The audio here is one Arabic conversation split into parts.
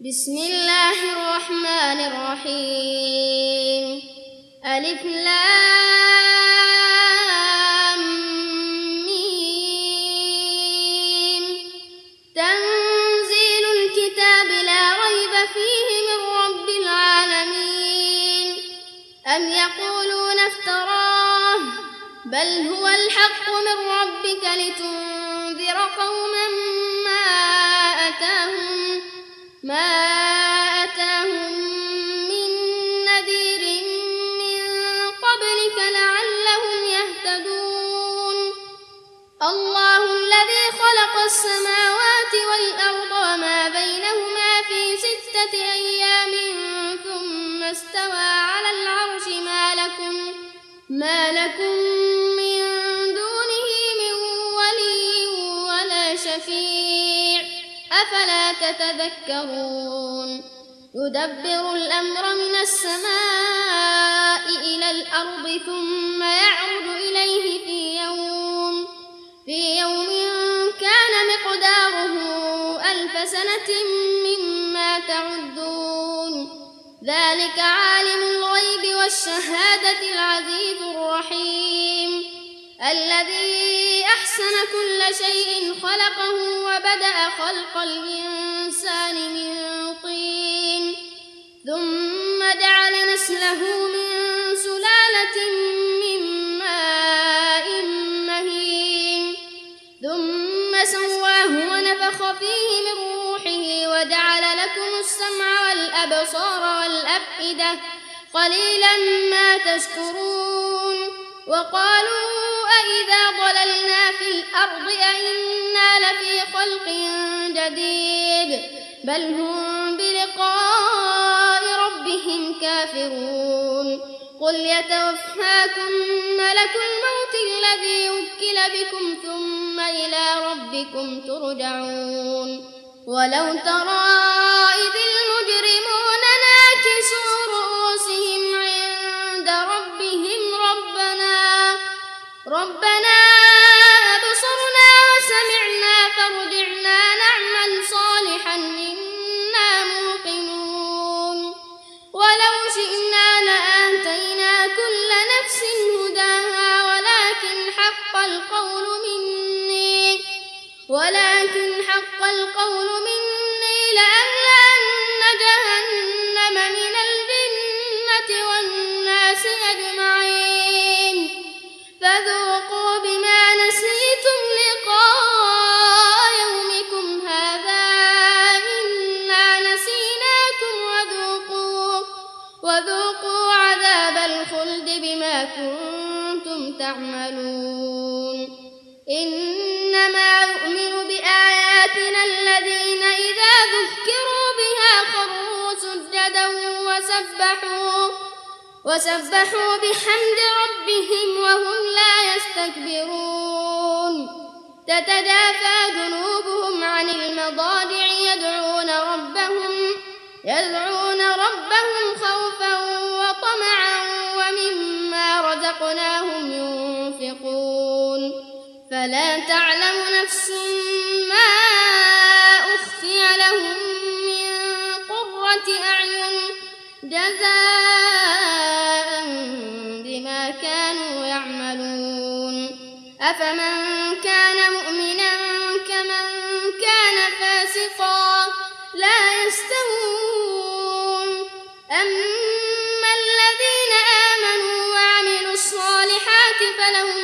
بسم الله الرحمن الرحيم. ألف لام ميم. تنزيل الكتاب لا ريب فيه من رب العالمين. أم يقولون افتراه بل هو الحق من ربك لتنذر قوما ما أتاهم من نذير من قبلك لعلهم يهتدون. الله الذي خلق السماوات والأرض وما بينهما في 6 أيام ثم استوى على العرش. ما لكم من دونه من ولي ولا شفيع أفلا تتذكرون. يدبر الأمر من السماء إلى الأرض ثم يعرج إليه في يوم كان مقداره 1000 سنة مما تعدون. ذلك عالم الغيب والشهادة العزيز الرحيم الذي أحسن كل شيء خلقه وبدأ خلق الإنسان من طين ثم جعل نسله من سلالة من ماء مهين ثم سواه ونفخ فيه من روحه وجعل لكم السمع والأبصار والأفئدة قليلا ما تشكرون. وقالوا أإذا ضللنا في الأرض أإنا لفي خلق جديد بل هم بلقاء ربهم كافرون. قل يتوفاكم ملك الموت الذي وكل بكم ثم إلى ربكم ترجعون. ولو ترى إذ المجرمون ناكسوا رؤوسهم عند ربهم ربنا أبصرنا وسمعنا فارجعنا نعمل صالحا إنا موقنون. ولو شئنا لآتينا كل نفس هداها ولكن حق القول مني لأملأن جهنم من الجنة والناس أجمعين. فذوقوا بما نسيتم لقاء يومكم هذا إنا نسيناكم وذوقوا عذاب الخلد بما كنتم تعملون. إنما يؤمن بآياتنا الذين إذا ذكروا بها خروا سجدا وسبحوا بحمد ربهم وهم لا يستكبرون. تتجافى جنوبهم عن المضاجع يدعون ربهم خوفا وطمعا ومما رزقناهم ينفقون. فلا تعلم نفس ما أخفي لهم من قرة أعين جزاء بما كانوا يعملون. أفمن كان مؤمنا كمن كان فاسقا لا يستوون. أما الذين آمنوا وعملوا الصالحات فلهم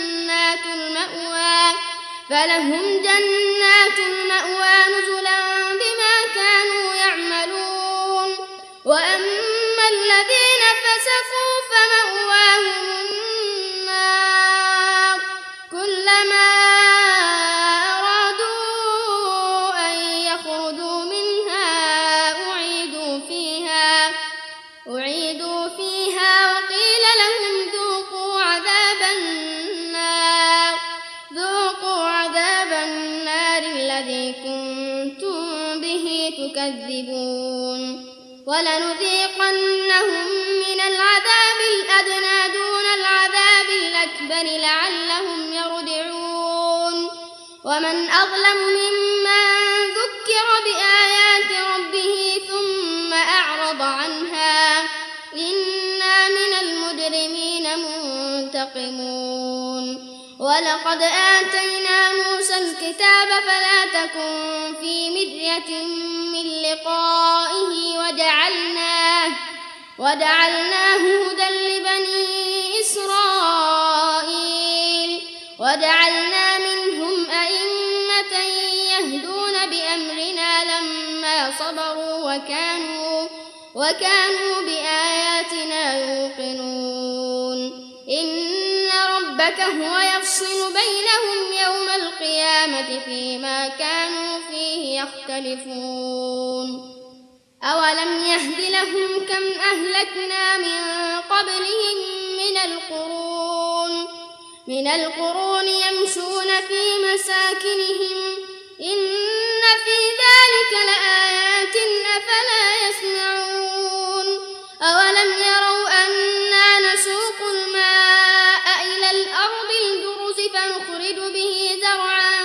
جنات المأوى نزلا بما كانوا يعملون. وأما الذين فسقوا فمأواهم النار كلما أرادوا أن يخرجوا منها أعيدوا فيها وقيل لهم ذوقوا عذاب النار الذي كنتم به تكذبون. ولنذيقنهم من العذاب الأدنى دون العذاب الأكبر لعلهم يرجعون. ومن أظلم ممن ذكر بآيات ربه ولقد آتينا موسى الكتاب فلا تكن في مرية من لقائه وجعلناه هدى لبني إسرائيل وجعلنا منهم أئمة يهدون بأمرنا لما صبروا وكانوا بآياتنا يوقنون إن ربك هو يفصل بينهم يوم القيامة فيما كانوا فيه يختلفون أولم يهد لهم كم أهلكنا من قبلهم من القرون يمشون في مساكنهم إن في ذلك لآيات أفلا يسمعون أولم يروا أنا نسوق الماء إلى الأرض الجرز فنخرج به زرعا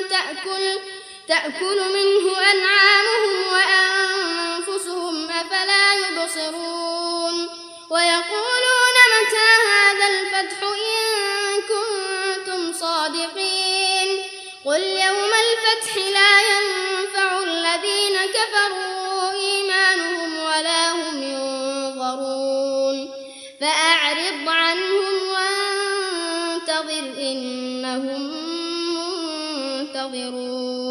تأكل منه أنعامهم وأنفسهم أفلا يبصرون ويقولون متى هذا الفتح إن كنتم صادقين قل يوم الفتح لا ينفع الذين كفروا إيمانهم ولا هم ينظرون فأعرض عنهم وانتظر إنهم منتظرون